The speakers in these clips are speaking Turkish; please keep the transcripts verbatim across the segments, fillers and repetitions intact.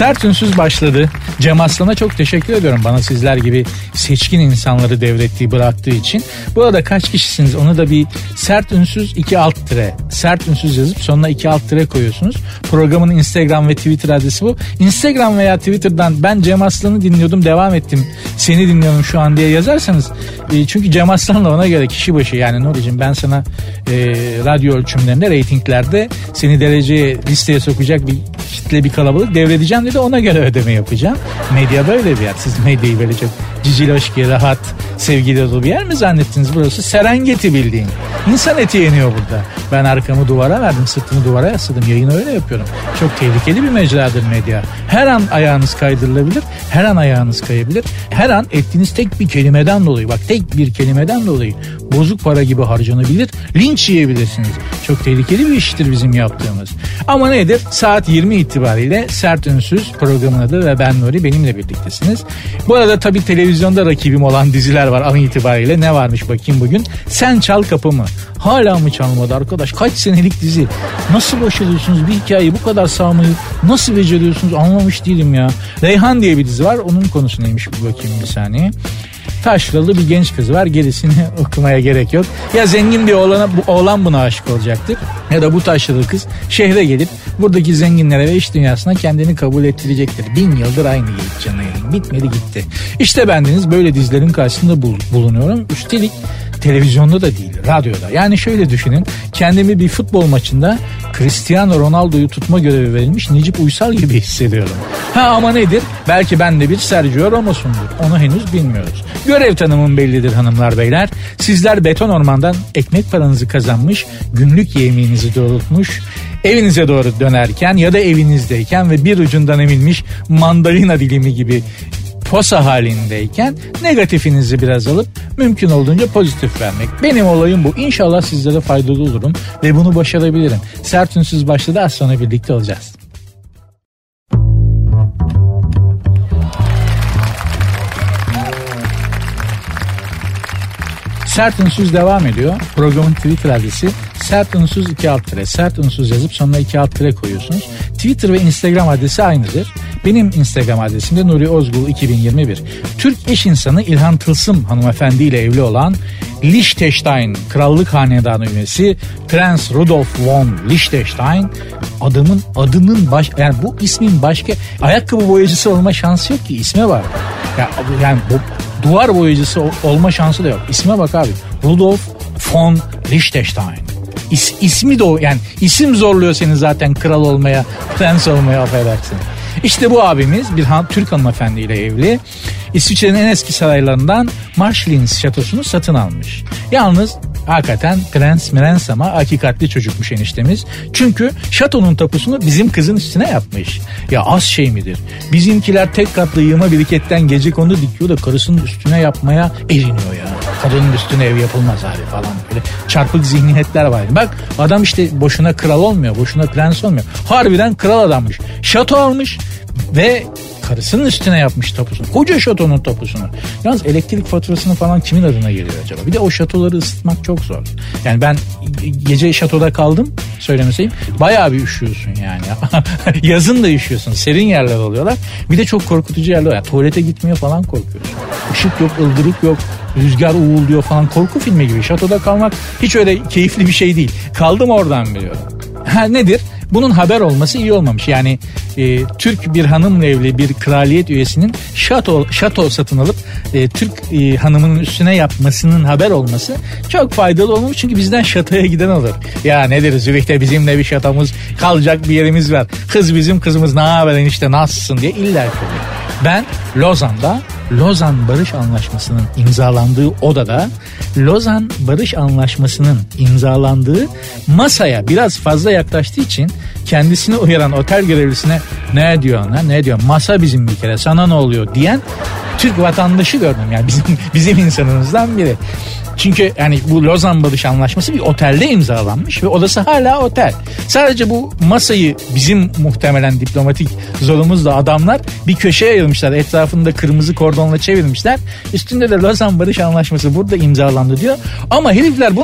Sert Ünsüz başladı. Cem Aslan'a çok teşekkür ediyorum. Bana sizler gibi seçkin insanları devrettiği, bıraktığı için. Bu arada kaç kişisiniz? Onu da bir Sert Ünsüz iki alt tire. Sert Ünsüz yazıp sonuna iki alt tire koyuyorsunuz. Programın Instagram ve Twitter adresi bu. Instagram veya Twitter'dan ben Cem Aslan'ı dinliyordum, devam ettim, seni dinliyorum şu an diye yazarsanız. E, çünkü Cem Aslan'la ona göre kişi başı, yani Nuri'cim ben sana e, radyo ölçümlerinde, reytinglerde seni dereceye, listeye sokacak bir kitle, bir kalabalık devredeceğim dedi, ona göre ödeme yapacağım. Medya böyle bir yer. Siz medyayı böyle çok ciciloşki, rahat, sevgili dolu bir yer mi zannettiniz? Burası Serengeti bildiğin. İnsan eti yeniyor burada. Ben arkamı duvara verdim, sırtımı duvara yasladım. Yayını öyle yapıyorum. Çok tehlikeli bir mecradır medya. Her an ayağınız kaydırılabilir, her an ayağınız kayabilir. Her an ettiğiniz tek bir kelimeden dolayı, bak tek bir kelimeden dolayı bozuk para gibi harcanabilir, linç yiyebilirsiniz. Çok tehlikeli bir iştir bizim yaptığımız. Ama nedir? Saat yirmi itibariyle Sert Ünsüz programın adı ve ben Nuri, benimle birliktesiniz. Bu arada tabii televizyonda rakibim olan diziler var an itibariyle. Ne varmış bakayım bugün? Sen Çal Kapımı. Hala mı çalmadı arkadaş? Kaç senelik dizi. Nasıl başarıyorsunuz bir hikayeyi bu kadar sağmayı? Nasıl beceriyorsunuz? Anlamış değilim ya. Reyhan diye bir dizi var. Onun konusu neymiş bir bakayım bir saniye. Taşralı bir genç kız var. Gerisini okumaya gerek yok. Ya zengin bir oğlana, bu oğlan buna aşık olacaktır. Ya da bu taşralı kız şehre gelip buradaki zenginlere ve iş dünyasına kendini kabul ettirecektir. Bin yıldır aynı gelip canı yedim. Bitmedi gitti. İşte bendeniz böyle dizilerin karşısında bul- bulunuyorum. Üstelik televizyonda da değil, radyoda. Yani şöyle düşünün, kendimi bir futbol maçında Cristiano Ronaldo'yu tutma görevi verilmiş Necip Uysal gibi hissediyorum. Ha ama nedir? Belki ben de bir Sergio Ramos'umdur. Onu henüz bilmiyoruz. Görev tanımım bellidir hanımlar beyler. Sizler beton ormandan ekmek paranızı kazanmış, günlük yemeğinizi doğrultmuş, evinize doğru dönerken ya da evinizdeyken ve bir ucundan emilmiş mandalina dilimi gibi posa halindeyken negatifinizi biraz alıp mümkün olduğunca pozitif vermek. Benim olayım bu. İnşallah sizlere faydalı olurum ve bunu başarabilirim. Sert Ünsüz başladı, az sonra birlikte olacağız. Sert Ünsüz devam ediyor. Programın Twitter adresi Sert Ünsüz iki alt tire. Sert Ünsüz yazıp sonuna iki alt tire koyuyorsunuz. Twitter ve Instagram adresi aynıdır. Benim Instagram adresim de Nuri Ozgul iki bin yirmi bir. Türk eş insanı İlhan Tılsım hanımefendi ile evli olan Liechtenstein Krallık Hanedanı üyesi Prens Rudolf von Liechtenstein adamın adının baş, yani bu ismin başka ayakkabı boyacısı olma şansı yok ki, isme var. Ya, yani bu duvar boyacısı olma şansı da yok. İsme bak abi. Rudolf von Liechtenstein. İs, ismi de o, yani isim zorluyor seni zaten kral olmaya, prens olmaya, affedersin. İşte bu abimiz bir han, Türk hanımefendiyle evli. İsviçre'nin en eski saraylarından Marschlins şatosunu satın almış. Yalnız hakikaten prens mirens ama hakikatli çocukmuş eniştemiz. Çünkü şatonun tapusunu bizim kızın üstüne yapmış. Ya az şey midir? Bizimkiler tek katlı yığma biriketten gecekondu dikiyor da karısının üstüne yapmaya eriniyor ya. Kadının üstüne ev yapılmaz abi falan, böyle çarpık zihniyetler var. Bak adam işte boşuna kral olmuyor, boşuna prens olmuyor. Harbiden kral adammış. Şato almış ve karısının üstüne yapmış tapusunu. Koca şatonun tapusunu. Yalnız elektrik faturasını falan kimin adına geliyor acaba? Bir de o şatoları ısıtmak çok zor. Yani ben gece şatoda kaldım, söylemeseyim. Bayağı bir üşüyorsun yani. Yazın da üşüyorsun. Serin yerler oluyorlar. Bir de çok korkutucu yerler. Yani tuvalete gitmeye falan korkuyorsun. Işık yok, ıldırık yok. Rüzgar uğulduyor falan. Korku filmi gibi. Şatoda kalmak hiç öyle keyifli bir şey değil. Kaldım oradan biliyorum. Ha nedir? Bunun haber olması iyi olmamış. Yani e, Türk bir hanımla evli bir kraliyet üyesinin şato, şato satın alıp e, Türk e, hanımının üstüne yapmasının haber olması çok faydalı olmamış. Çünkü bizden şatoya giden olur. Ya nedir Zürih'te bizimle bir şatomuz, kalacak bir yerimiz var. Kız bizim kızımız, ne haber enişte, nasılsın diye illa ki. Ben Lozan'da Lozan Barış Anlaşması'nın imzalandığı odada Lozan Barış Anlaşması'nın imzalandığı masaya biraz fazla yaklaştığı için kendisini uyaran otel görevlisine ne diyor ona ne diyor masa bizim bir kere sana ne oluyor diyen Türk vatandaşı gördüm, yani bizim bizim insanımızdan biri. Çünkü yani bu Lozan Barış Anlaşması bir otelde imzalanmış ve odası hala otel. Sadece bu masayı bizim muhtemelen diplomatik zorumuzla adamlar bir köşeye ayırmışlar. Etrafında kırmızı kordonla çevirmişler. Üstünde de Lozan Barış Anlaşması burada imzalandı diyor. Ama herifler buna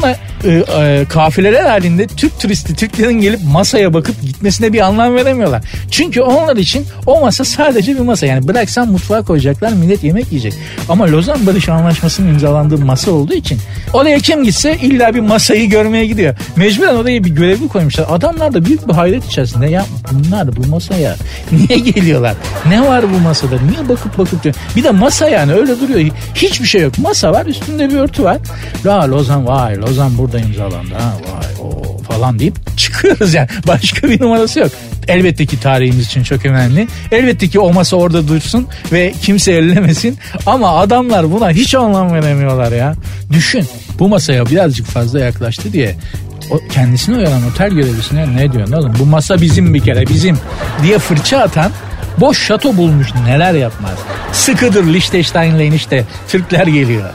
e, e, kafileler halinde Türk turisti, Türklerin gelip masaya bakıp gitmesine bir anlam veremiyorlar. Çünkü onlar için o masa sadece bir masa. Yani bıraksan mutfağa koyacaklar, millet yemek yiyecek. Ama Lozan Barış Anlaşması'nın imzalandığı masa olduğu için oraya kim gitse illa bir masayı görmeye gidiyor. Mecburen oraya bir görevli koymuşlar. Adamlar da büyük bir hayret içerisinde. Ya bunlar bu masaya niye geliyorlar? Ne var bu masada? Niye bakıp bakıp diyor. Bir de masa yani öyle duruyor. Hiçbir şey yok. Masa var, üstünde bir örtü var. La Lozan, vay Lozan burada imzalandı. Ha, vay o falan deyip çıkıyoruz yani. Başka bir numarası yok. Elbette ki tarihimiz için çok önemli. Elbette ki o masa orada dursun ve kimse ellemesin. Ama adamlar buna hiç anlam veremiyorlar ya. Düşün, bu masaya birazcık fazla yaklaştı diye o kendisine uyanan otel görevlisine ne diyor oğlum, bu masa bizim bir kere bizim diye fırça atan boş şato bulmuş neler yapmaz. Sıkıdır Liechtenstein'le işte Türkler geliyor.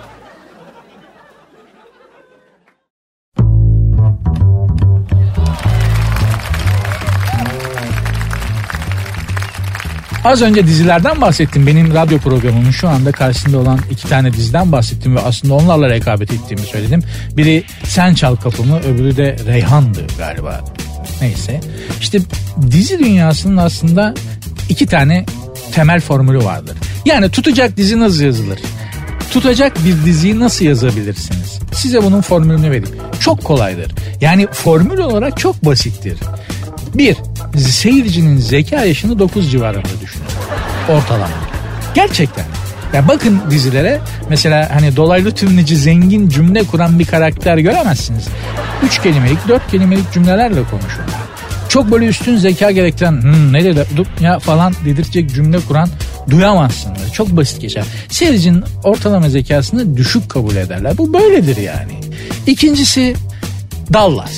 Az önce dizilerden bahsettim. Benim radyo programımın şu anda karşısında olan iki tane diziden bahsettim ve aslında onlarla rekabet ettiğimi söyledim. Biri Sen Çal Kapımı, öbürü de Reyhan'dı galiba. Neyse. İşte dizi dünyasının aslında iki tane temel formülü vardır. Yani tutacak dizi nasıl yazılır? Tutacak bir diziyi nasıl yazabilirsiniz? Size bunun formülünü vereyim. Çok kolaydır. Yani formül olarak çok basittir. Bir, seyircinin zeka yaşını dokuz civarında düşünün. Ortalama. Gerçekten. Ya bakın dizilere, mesela hani dolaylı tümleci zengin cümle kuran bir karakter göremezsiniz. Üç kelimelik, dört kelimelik cümlelerle konuşurlar. Çok böyle üstün zeka gerektiren hmm, ne dedi ya falan dedirtecek cümle kuran duyamazsınız. Çok basit geçer. Seyircinin ortalama zekasını düşük kabul ederler. Bu böyledir yani. İkincisi Dallas.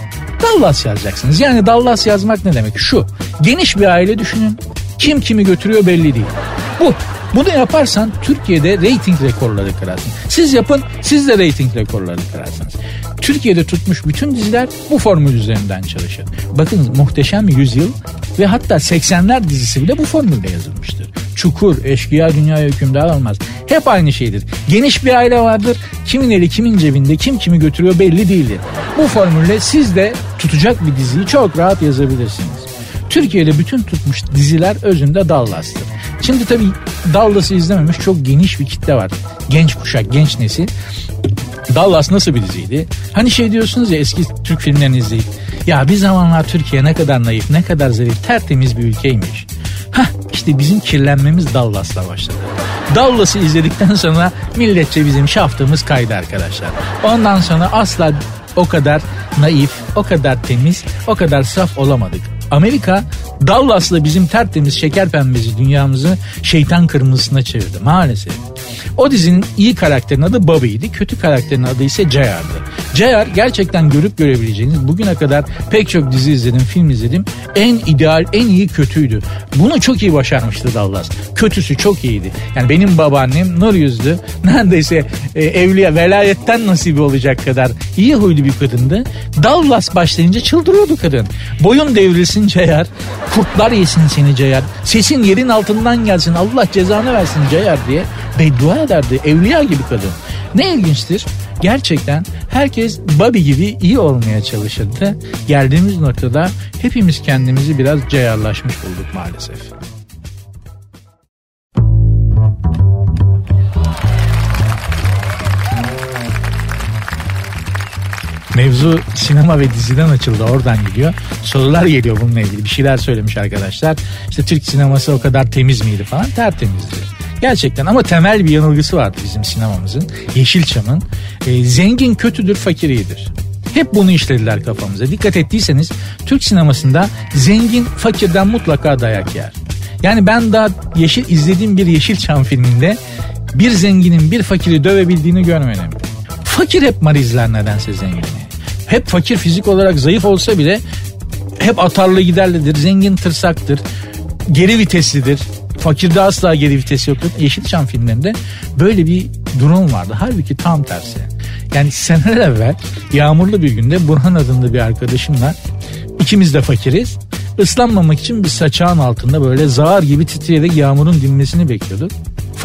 Dallas yazacaksınız. Yani Dallas yazmak ne demek? Şu, geniş bir aile düşünün. Kim kimi götürüyor belli değil. Bu. Bunu yaparsan Türkiye'de reyting rekorları kırarsın. Siz yapın, siz de reyting rekorları kırarsınız. Türkiye'de tutmuş bütün diziler bu formül üzerinden çalışır. Bakın Muhteşem Yüzyıl ve hatta seksenler dizisi bile bu formülle yazılmıştır. Çukur, Eşkıya Dünyaya Hükümdar Olmaz. Hep aynı şeydir. Geniş bir aile vardır. Kimin eli kimin cebinde, kim kimi götürüyor belli değildir. Bu formülle siz de tutacak bir diziyi çok rahat yazabilirsiniz. Türkiye'de bütün tutmuş diziler özünde Dallas'tır. Şimdi tabii Dallas'ı izlememiş çok geniş bir kitle var. Genç kuşak, genç nesil. Dallas nasıl bir diziydi? Hani şey diyorsunuz ya, eski Türk filmlerini izleyip ya bir zamanlar Türkiye ne kadar naif, ne kadar zarif, tertemiz bir ülkeymiş. Hah işte bizim kirlenmemiz Dallas'la başladı. Dallas'ı izledikten sonra milletçe bizim şaftımız kaydı arkadaşlar. Ondan sonra asla o kadar naif, o kadar temiz, o kadar saf olamadık. Amerika Dallas'la bizim tertemiz şeker pembesi dünyamızı şeytan kırmızısına çevirdi maalesef. O dizinin iyi karakterin adı Bobby'ydi, kötü karakterin adı ise J R'dı. J R gerçekten görüp görebileceğiniz, bugüne kadar pek çok dizi izledim, film izledim, en ideal, en iyi kötüydü. Bunu çok iyi başarmıştı Dallas. Kötüsü çok iyiydi. Yani benim babaannem nur yüzlü, neredeyse e, evliya, velayetten nasibi olacak kadar iyi huylu bir kadındı. Dallas başlayınca çıldırıyordu kadın. Boyun devrilsin J R, kurtlar yesin seni J R, sesin yerin altından gelsin, Allah cezanı versin J R diye beddua ederdi. Evliya gibi kadın. Ne ilginçtir, gerçekten herkes Bobby gibi iyi olmaya çalışırdı. Geldiğimiz noktada hepimiz kendimizi biraz J R'laşmış bulduk maalesef. Mevzu sinema ve diziden açıldı, oradan gidiyor. Sorular geliyor bununla ilgili. Bir şeyler söylemiş arkadaşlar. İşte Türk sineması o kadar temiz miydi falan? Tertemizdi. Gerçekten, ama temel bir yanılgısı vardı bizim sinemamızın, Yeşilçam'ın. E, zengin kötüdür, fakir iyidir. Hep bunu işlediler kafamıza. Dikkat ettiyseniz Türk sinemasında zengin fakirden mutlaka dayak yer. Yani ben daha yeşil izlediğim bir Yeşilçam filminde bir zenginin bir fakiri dövebildiğini görmedim. Fakir hep marizler nedense zengini. Hep fakir fizik olarak zayıf olsa bile hep atarlı giderlidir. Zengin tırsaktır. Geri viteslidir. Fakirde asla geri vitesi yoktur. Yeşilçam filmlerinde böyle bir durum vardı. Halbuki tam tersi. Yani seneler evvel yağmurlu bir günde Burhan adında bir arkadaşımla, ikimiz de fakiriz, Islanmamak için bir saçağın altında böyle zağar gibi titreyerek yağmurun dinmesini bekliyorduk.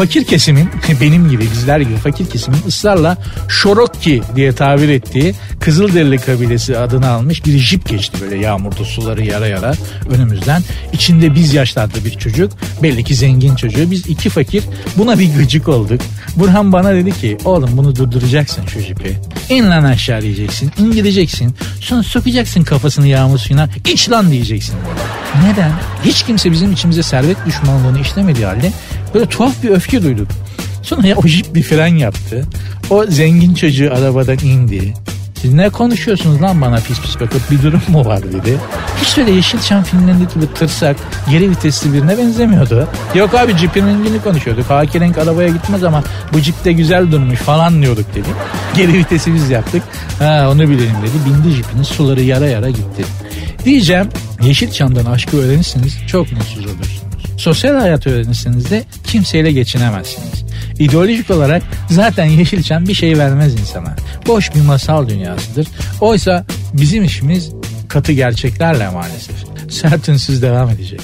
fakir kesimin benim gibi bizler gibi fakir kesimin ısrarla Şorokki diye tabir ettiği Kızılderili kabilesi adını almış bir jip geçti böyle yağmurda suları yara yara önümüzden. İçinde biz yaşlarda bir çocuk, belli ki zengin çocuğu. Biz iki fakir buna bir gıcık olduk. Burhan bana dedi ki oğlum bunu durduracaksın şu jipi. İn lan aşağı diyeceksin, indireceksin. Sonra sokacaksın kafasını yağmur suyuna, iç lan diyeceksin. Neden? Hiç kimse bizim içimize servet düşmanlığını işlemediği halde böyle tuhaf bir öfke duyduk. Sonra ya o jip bir fren yaptı. O zengin çocuğu arabadan indi. Siz ne konuşuyorsunuz lan bana pis pis bakıp, bir durum mu var dedi. Hiç öyle Yeşilçam filmlerindeki gibi tırsak, geri vitesli birine benzemiyordu. Yok abi cipin rengini konuşuyorduk. Haki renk arabaya gitmez ama bu cip de güzel durmuş falan diyorduk dedi. Geri vitesi biz yaptık. Ha onu bilelim dedi. Bindi jipinin, suları yara yara gitti. Diyeceğim, Yeşilçam'dan aşkı öğrenirseniz çok mutsuz olursunuz. Sosyal hayat öğrenirseniz de kimseyle geçinemezsiniz. İdeolojik olarak zaten Yeşilçam bir şey vermez insana. Boş bir masal dünyasıdır. Oysa bizim işimiz katı gerçeklerle maalesef. Sert Ünsüz devam edecek.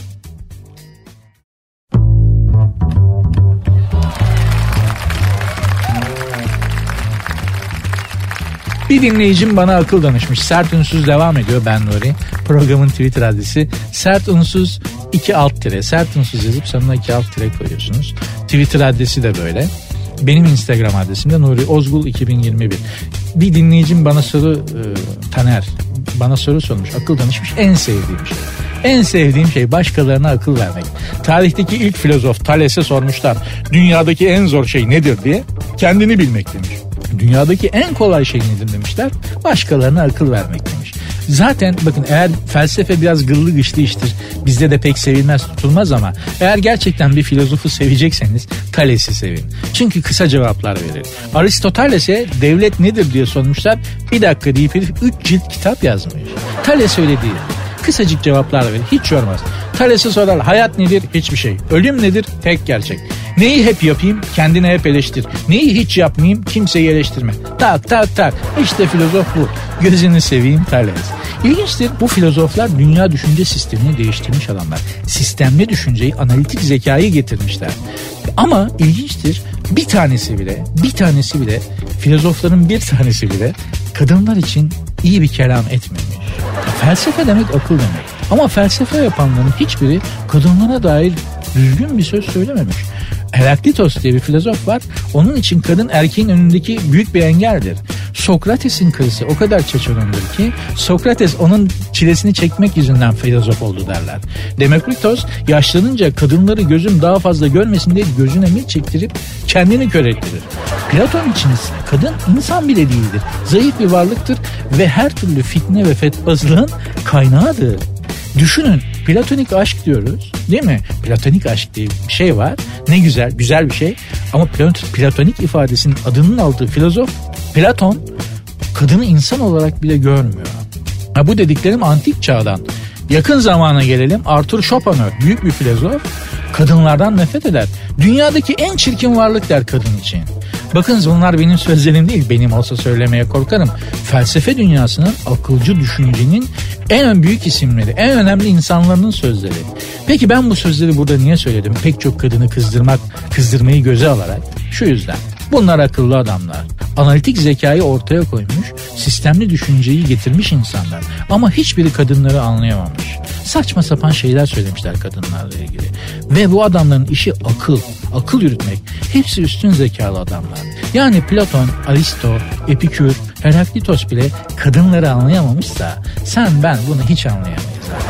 Bir dinleyicim bana akıl danışmış. Sert Ünsüz devam ediyor, ben Nuri. Programın Twitter adresi Sert Ünsüz iki alt tire. Sert Ünsüz yazıp sonuna iki alt tire koyuyorsunuz. Twitter adresi de böyle. Benim Instagram adresim de Nuri Ozgul iki bin yirmi bir. Bir dinleyicim bana soru e, Taner bana soru sormuş, akıl danışmış. En sevdiğim şey. En sevdiğim şey başkalarına akıl vermek. Tarihteki ilk filozof Thales'e sormuşlar. Dünyadaki en zor şey nedir diye. Kendini bilmek demiş. Dünyadaki en kolay şey nedir demişler. Başkalarına akıl vermek demiş. Zaten bakın, eğer felsefe biraz gıllı gışlı iştir, bizde de pek sevilmez tutulmaz ama eğer gerçekten bir filozofu sevecekseniz Thales'i sevin. Çünkü kısa cevaplar verir. Aristoteles'e devlet nedir diye sormuşlar. Bir dakika deyip üç cilt kitap yazmış. Thales öyle değil. Kısacık cevaplar verir, hiç yormaz. Thales'e sorar, hayat nedir? Hiçbir şey. Ölüm nedir? Tek gerçek. Neyi hep yapayım? Kendine hep eleştir. Neyi hiç yapmayayım? Kimseyi eleştirme. Tak tak tak. İşte filozof bu. Gözünü seveyim Thales. İlginçtir, bu filozoflar dünya düşünce sistemini değiştirmiş adamlar. Sistemli düşünceyi, analitik zekayı getirmişler. Ama ilginçtir, bir tanesi bile, bir tanesi bile, filozofların bir tanesi bile kadınlar için iyi bir kelam etmemiş. Felsefe demek akıl demek. Ama felsefe yapanların hiçbiri kadınlara dair düzgün bir söz söylememiş. Heraklitos diye bir filozof var. Onun için kadın erkeğin önündeki büyük bir engeldir. Sokrates'in karısı o kadar çeçonundur ki Sokrates onun çilesini çekmek yüzünden filozof oldu derler. Demokritos yaşlanınca kadınları gözüm daha fazla görmesin diye gözüne mil çektirip kendini kör ettirir. Platon için kadın insan bile değildir. Zayıf bir varlıktır ve her türlü fitne ve fetbazlığın kaynağıdır. Düşünün, platonik aşk diyoruz değil mi? Platonik aşk diye bir şey var. Ne güzel, güzel bir şey. Ama platonik ifadesinin adının aldığı filozof Platon kadını insan olarak bile görmüyor. Ha, bu dediklerim antik çağdan. Yakın zamana gelelim. Arthur Schopenhauer, büyük bir filozof, kadınlardan nefret eder. Dünyadaki en çirkin varlık der kadın için. Bakın bunlar benim sözlerim değil. Benim olsa söylemeye korkarım. Felsefe dünyasının, akılcı düşüncenin en büyük isimleri, en önemli insanların sözleri. Peki ben bu sözleri burada niye söyledim? Pek çok kadını kızdırmak, kızdırmayı göze alarak. Şu yüzden. Bunlar akıllı adamlar. Analitik zekayı ortaya koymuş, sistemli düşünceyi getirmiş insanlar. Ama hiçbiri kadınları anlayamamış. Saçma sapan şeyler söylemişler kadınlarla ilgili. Ve bu adamların işi akıl, akıl yürütmek. Hepsi üstün zekalı adamlar. Yani Platon, Aristo, Epikür, Heraklitos bile kadınları anlayamamışsa sen ben bunu hiç anlayamayız.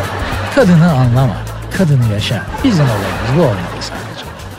Kadını anlama, kadını yaşa. Bizim olayımız bu olmalı sadece.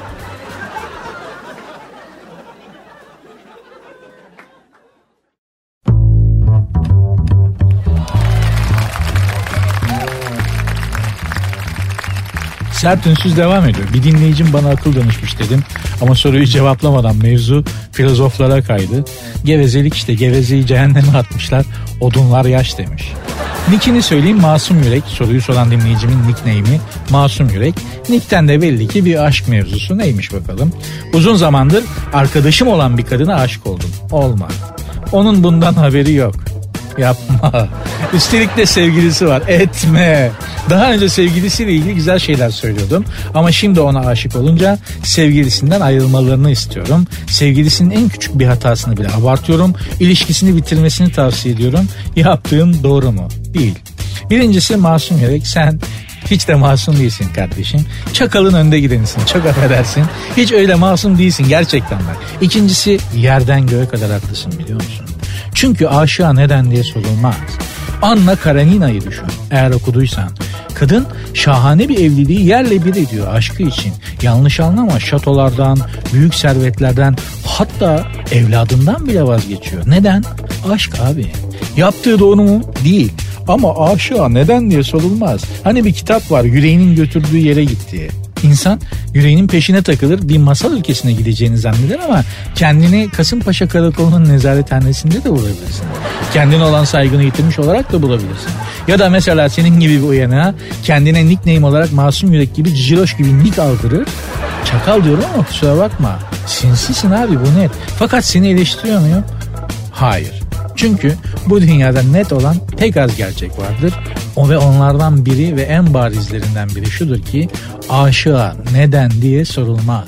Sert Ünsüz devam ediyor. Bir dinleyicim bana akıl danışmış dedim. Ama soruyu cevaplamadan mevzu filozoflara kaydı. Gevezelik işte, gevezeyi cehenneme atmışlar. Odunlar yaş demiş. Nick'ini söyleyeyim, Masum Yürek. Soruyu soran dinleyicimin nickname'i Masum Yürek. Nick'ten de belli ki bir aşk mevzusu, neymiş bakalım. Uzun zamandır arkadaşım olan bir kadına aşık oldum. Olma. Onun bundan haberi yok. Yapma. Üstelik de sevgilisi var. Etme. Daha önce sevgilisiyle ilgili güzel şeyler söylüyordum. Ama şimdi ona aşık olunca sevgilisinden ayrılmalarını istiyorum. Sevgilisinin en küçük bir hatasını bile abartıyorum. İlişkisini bitirmesini tavsiye ediyorum. Yaptığım doğru mu? Değil. Birincisi masum yürek. Sen hiç de masum değilsin kardeşim. Çakalın önde gidenisin. Çok affedersin. Hiç öyle masum değilsin gerçekten bak. İkincisi yerden göğe kadar haklısın biliyor musun? Çünkü aşığa neden diye sorulmaz. Anna Karenina'yı düşün eğer okuduysan. Kadın şahane bir evliliği yerle bir ediyor aşkı için. Yanlış anlama, şatolardan, büyük servetlerden, hatta evladından bile vazgeçiyor. Neden? Aşk abi. Yaptığı doğru mu? Değil. Ama aşığa neden diye sorulmaz. Hani bir kitap var, yüreğinin götürdüğü yere gittiği. İnsan yüreğinin peşine takılır, bir masal ülkesine gideceğini zanneder ama kendini Kasımpaşa Karakolu'nun nezarethanesinde de bulabilirsin. Kendine olan saygını yitirmiş olarak da bulabilirsin. Ya da mesela senin gibi bir uyanığa kendine nickname olarak Masum Yürek gibi, Ciroş gibi nick aldırır. Çakal diyorum ama kusura bakma. Sinsisin abi, bu net. Fakat seni eleştiriyor muyum? Hayır. Çünkü bu dünyada net olan pek az gerçek vardır. O ve onlardan biri ve en barizlerinden biri şudur ki aşığa neden diye sorulmaz.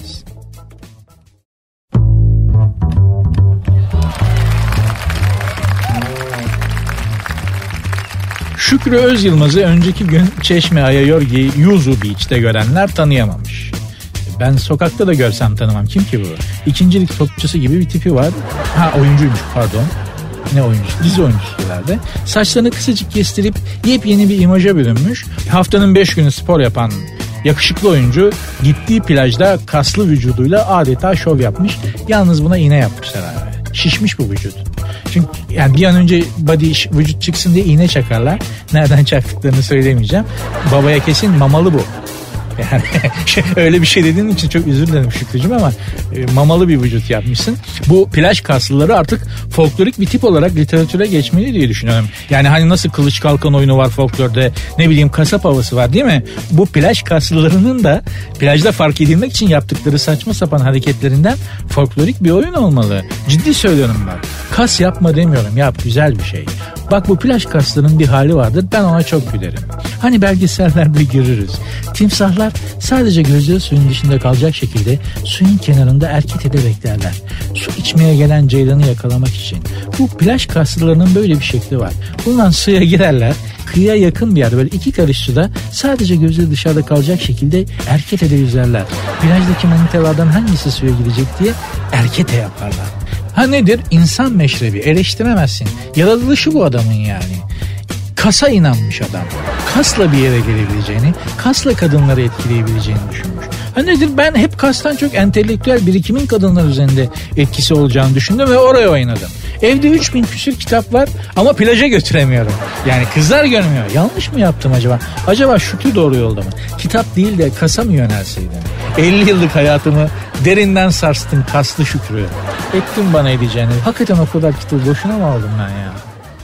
Şükrü Özyılmaz'ı önceki gün Çeşme Ayayorgi Yuzu Beach'te görenler tanıyamamış. Ben sokakta da görsem tanımam. Kim ki bu? İkincilik topçusu gibi bir tipi var. Ha, oyuncuymuş pardon. Ne oyuncusu? Dizi oyuncusu herhalde. Saçlarını kısacık kestirip yepyeni bir imaja bürünmüş. Haftanın beş günü spor yapan yakışıklı oyuncu gittiği plajda kaslı vücuduyla adeta şov yapmış. Yalnız buna iğne yapmışlar abi. Şişmiş bu vücut. Çünkü yani bir an önce body vücut çıksın diye iğne çakarlar. Nereden çaktıklarını söylemeyeceğim. Babaya kesin mamalı bu. Yani öyle bir şey dediğin için çok özür dilerim Şükrücüğüm ama e, mamalı bir vücut yapmışsın. Bu plaj kaslıları artık folklorik bir tip olarak literatüre geçmeli diye düşünüyorum. Yani hani nasıl kılıç kalkan oyunu var folklorda, ne bileyim kasap havası var değil mi? Bu plaj kaslılarının da plajda fark edilmek için yaptıkları saçma sapan hareketlerinden folklorik bir oyun olmalı. Ciddi söylüyorum bak. Kas yapma demiyorum, yap, güzel bir şey. Bak bu plaj kaslarının bir hali vardır, ben ona çok gülerim. Hani belgesellerde görürüz. Timsahlar sadece gözleri suyun dışında kalacak şekilde suyun kenarında erket ede beklerler. Su içmeye gelen ceylanı yakalamak için. Bu plaj kaslarının böyle bir şekli var. Bundan suya girerler. Kıyıya yakın bir yerde böyle iki karış suda sadece gözleri dışarıda kalacak şekilde erket ede yüzerler. Plajdaki manitalardan hangisi suya gidecek diye erkete yaparlar. Ha nedir? İnsan meşrebi, eleştiremezsin. Yaratılışı bu adamın yani. Kasa inanmış adam. Kasla bir yere gelebileceğini, kasla kadınları etkileyebileceğini düşünmüş. Ha nedir? Ben hep kastan çok entelektüel birikimin kadınlar üzerinde etkisi olacağını düşündüm ve oraya oynadım. Evde üç bin küsür kitap var ama plaja götüremiyorum. Yani kızlar görmüyor. Yanlış mı yaptım acaba? Acaba Şükrü doğru yolda mı? Kitap değil de kasa mı yönelseydim? elli yıllık hayatımı derinden sarstın kaslı Şükrü. Ettin bana edeceğini. Hakikaten o kadar kitabı boşuna mı aldım ben ya?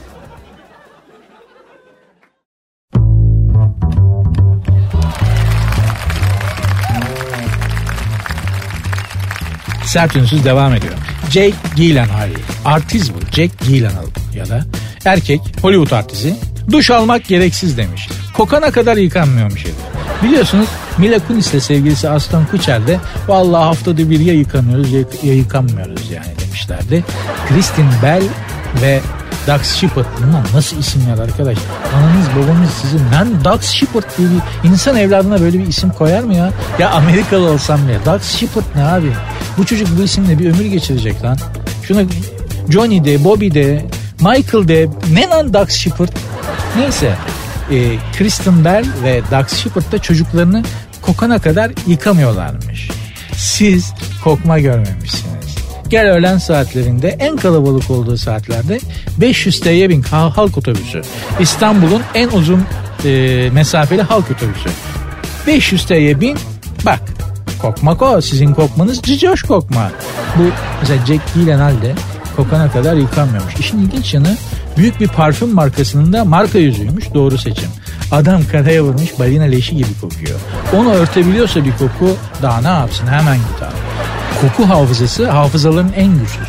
Sert Ünsüz devam ediyor. Jake Gyllenhaal, artist bu. Jake Gyllenhaal ya da erkek Hollywood artisti. Duş almak gereksiz demiş. Kokana kadar yıkanmıyormuş herif. Biliyorsunuz Mila Kunis'le sevgilisi Aston Kutcher de vallahi haftada bir ya yıkanıyoruz ya, ya yıkanmıyoruz yani demişlerdi. Kristen Bell ve Dax Shepard, bunlar nasıl isimler arkadaş? Ananız babanız sizin. Ben Dax Shepard diye bir insan evladına böyle bir isim koyar mı ya? Ya Amerikalı olsam bile. Dax Shepard ne abi? Bu çocuk bu isimle bir ömür geçirecek lan. Şuna Johnny de, Bobby de, Michael de. Ne lan Dax Shepard? Neyse. E, Kristen Bell ve Dax Shepard da çocuklarını kokana kadar yıkamıyorlarmış. Siz kokma görmemişsiniz. Gel öğlen saatlerinde en kalabalık olduğu saatlerde beş yüz T L bin halk otobüsü. İstanbul'un en uzun e, mesafeli halk otobüsü. beş yüz T L bin bak. Kokmak o. Sizin kokmanız cicoş kokma. Bu mesela Jack Gyllenhaal de kokana kadar yıkanmıyormuş. İşin ilginç yanı büyük bir parfüm markasının da marka yüzüymüş. Doğru seçim. Adam karaya vurmuş balina leşi gibi kokuyor. Onu örtebiliyorsa bir koku daha ne yapsın, hemen git abi. Koku hafızası hafızaların en güçlüsü.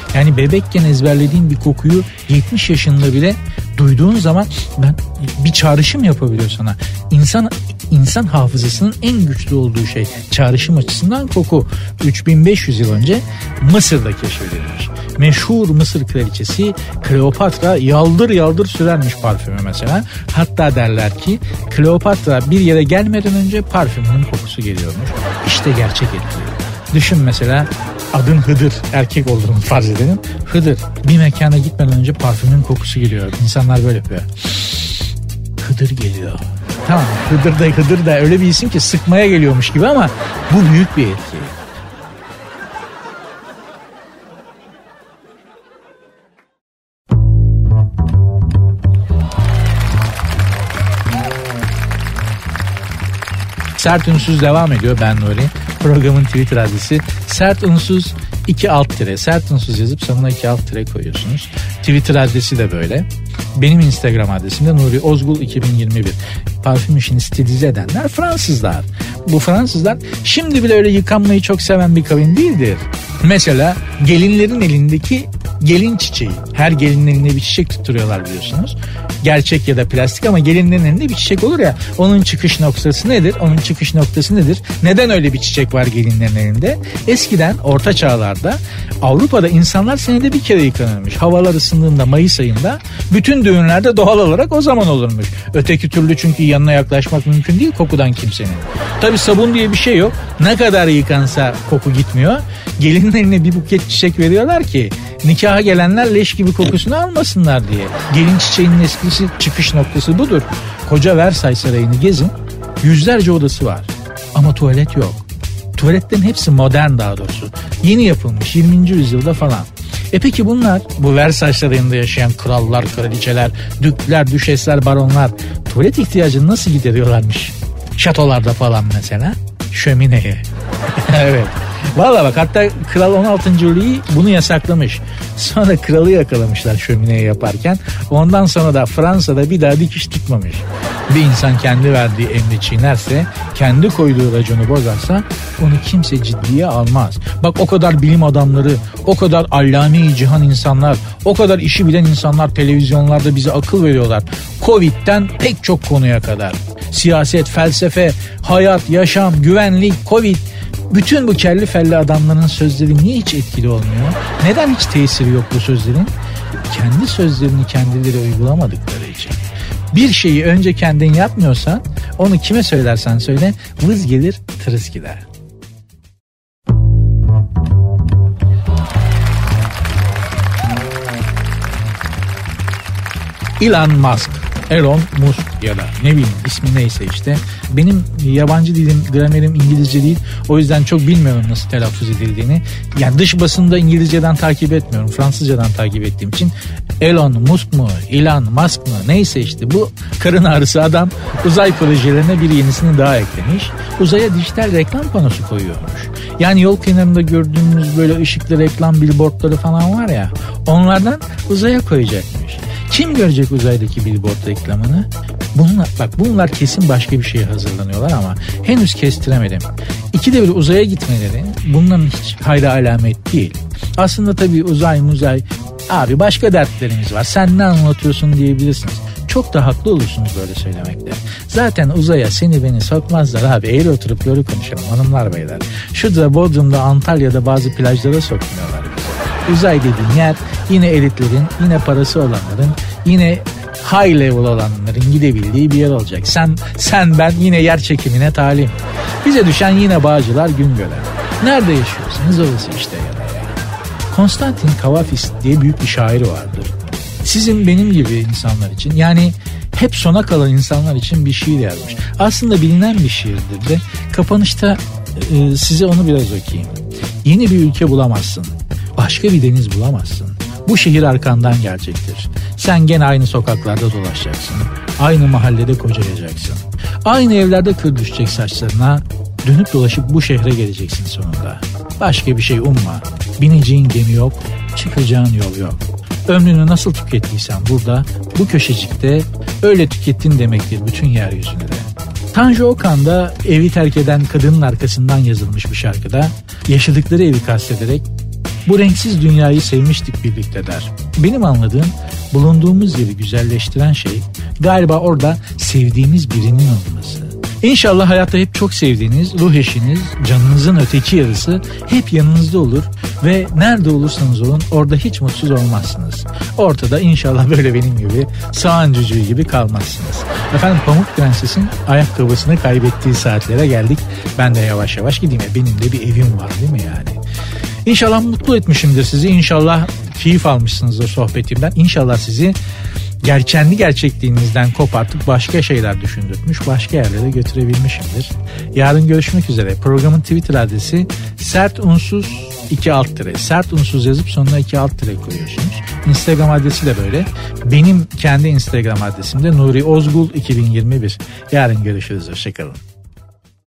Yani bebekken ezberlediğin bir kokuyu yetmiş yaşında bile duyduğun zaman ben bir çağrışım yapabiliyor sana. İnsan insan hafızasının en güçlü olduğu şey çağrışım açısından koku. üç bin beş yüz yıl önce Mısır'da keşfedilmiş. Meşhur Mısır kraliçesi Kleopatra yaldır yaldır sürermiş parfümü mesela. Hatta derler ki Kleopatra bir yere gelmeden önce parfümünün kokusu geliyormuş. İşte gerçek etki. Düşün mesela, adın Hıdır, erkek olduğunu farz edelim. Hıdır bir mekana gitmeden önce parfümün kokusu geliyor. İnsanlar böyle yapıyor. Hıdır geliyor. Tamam, Hıdır da Hıdır da öyle bir isim ki sıkmaya geliyormuş gibi ama bu büyük bir etki. Sert Unsuz devam ediyor. Ben Nuri. Programın Twitter adresi Sert Unsuz iki alt tire. Sert Unsuz yazıp sonuna iki alt tire koyuyorsunuz. Twitter adresi de böyle. Benim Instagram adresim de Nuri Ozgul iki bin yirmi bir. Parfüm işini stilize edenler Fransızlar. Bu Fransızlar şimdi bile öyle yıkanmayı çok seven bir kavim değildir. Mesela gelinlerin elindeki gelin çiçeği. Her gelinin elinde bir çiçek tutturuyorlar biliyorsunuz. Gerçek ya da plastik ama gelinlerin elinde bir çiçek olur ya. Onun çıkış noktası nedir? Onun çıkış noktası nedir? Neden öyle bir çiçek var gelinlerin elinde? Eskiden orta çağlarda Avrupa'da insanlar senede bir kere yıkanırmış. Havalar ısındığında Mayıs ayında bütün düğünlerde doğal olarak o zaman olurmuş. Öteki türlü çünkü yanına yaklaşmak mümkün değil kokudan kimsenin. Tabii sabun diye bir şey yok. Ne kadar yıkansa koku gitmiyor. Gelinin eline bir buket çiçek veriyorlar ki nikaha gelenler leş gibi kokusunu almasınlar diye. Gelin çiçeğinin esprisi, çıkış noktası budur. Koca Versailles Sarayı'nı gezin. Yüzlerce odası var. Ama tuvalet yok. Tuvaletlerin hepsi modern daha doğrusu. Yeni yapılmış yirminci yüzyılda falan. E peki bunlar, bu Versailles Sarayı'nda yaşayan krallar, kraliçeler, dükler, düşesler, baronlar tuvalet ihtiyacını nasıl gideriyorlarmış? Şatolarda falan mesela. Şömineye. Evet. Valla bak, hatta Kral on altıncı Louis bunu yasaklamış. Sonra kralı yakalamışlar şömineyi yaparken. Ondan sonra da Fransa'da bir daha dikiş tutmamış. Bir insan kendi verdiği emri çiğnerse, kendi koyduğu raconu bozarsa onu kimse ciddiye almaz. Bak o kadar bilim adamları, o kadar allame-i cihan insanlar, o kadar işi bilen insanlar televizyonlarda bize akıl veriyorlar. Covid'den pek çok konuya kadar. Siyaset, felsefe, hayat, yaşam, güvenlik, Covid... Bütün bu kelli felli adamların sözleri niye hiç etkili olmuyor? Neden hiç tesiri yok bu sözlerin? Kendi sözlerini kendileri uygulamadıkları için. Bir şeyi önce kendin yapmıyorsan onu kime söylersen söyle vız gelir tırıs gider. Elon Musk, Elon Musk ya da ne bileyim ismi neyse işte. Benim yabancı dilim, gramerim İngilizce değil. O yüzden çok bilmiyorum nasıl telaffuz edildiğini. Yani dış basında İngilizceden takip etmiyorum. Fransızcadan takip ettiğim için Elon Musk mu, Elon Musk mı neyse işte bu karın ağrısı adam uzay projelerine bir yenisini daha eklemiş. Uzaya dijital reklam panosu koyuyormuş. Yani yol kenarında gördüğümüz böyle ışıklı reklam billboardları falan var ya, onlardan uzaya koyacakmış. Kim görecek uzaydaki billboard reklamını? Bunlar, bak bunlar kesin başka bir şeye hazırlanıyorlar ama henüz kestiremedim. İkide bir uzaya gitmeleri bunların hiç hayra alamet değil. Aslında tabii uzay muzay abi başka dertlerimiz var. Sen ne anlatıyorsun diyebilirsiniz. Çok da haklı olursunuz böyle söylemekte. Zaten uzaya seni beni sokmazlar abi. Eğri oturup böyle konuşalım hanımlar beyler. Şurada Bodrum'da, Antalya'da bazı plajlara sokmuyorlar bizi. Uzay dediğin yer yine elitlerin, yine parası olanların, yine high level olanların gidebildiği bir yer olacak. Sen sen ben yine yer çekimine talim. Bize düşen yine Bağcılar, Güngören. Nerede yaşıyorsanız orası işte ya da ya. Konstantin Kavafis diye büyük bir şair vardır. Sizin benim gibi insanlar için, yani hep sona kalan insanlar için bir şiir yazmış. Aslında bilinen bir şiirdir de kapanışta e, size onu biraz okuyayım. Yeni bir ülke bulamazsın. Başka bir deniz bulamazsın. Bu şehir arkandan gelecektir. Sen gene aynı sokaklarda dolaşacaksın. Aynı mahallede kocayacaksın. Aynı evlerde kır düşecek saçlarına. Dönüp dolaşıp bu şehre geleceksin sonunda. Başka bir şey umma. Bineceğin gemi yok, çıkacağın yol yok. Ömrünü nasıl tükettiysen burada, bu köşecikte öyle tükettin demektir bütün yeryüzünde de. Tanju Okan da evi terk eden kadının arkasından yazılmış bir şarkıda yaşadıkları evi kastederek Bu renksiz dünyayı sevmiştik birlikte der. Benim anladığım bulunduğumuz yeri güzelleştiren şey galiba orada sevdiğimiz birinin olması. İnşallah hayatta hep çok sevdiğiniz ruh eşiniz, canınızın öteki yarısı hep yanınızda olur ve nerede olursanız olun orada hiç mutsuz olmazsınız. Ortada inşallah böyle benim gibi soğan cücüğü gibi kalmazsınız. Efendim Pamuk Prenses'in ayakkabısını kaybettiği saatlere geldik. Ben de yavaş yavaş gideyim. Benim de bir evim var değil mi yani? İnşallah mutlu etmişimdir sizi. İnşallah keyif almışsınızdır sohbetimden. İnşallah sizi kendi gerçekliğinizden kopartıp başka şeyler düşündürtmüş, başka yerlere götürebilmişimdir. Yarın görüşmek üzere. Programın Twitter adresi sert unsuz iki alt tire. Sert unsuz yazıp sonuna iki alt tire koyuyorsunuz. Instagram adresi de böyle. Benim kendi Instagram adresim de Nuri Ozgul iki bin yirmi bir. Yarın görüşürüz. Hoşçakalın.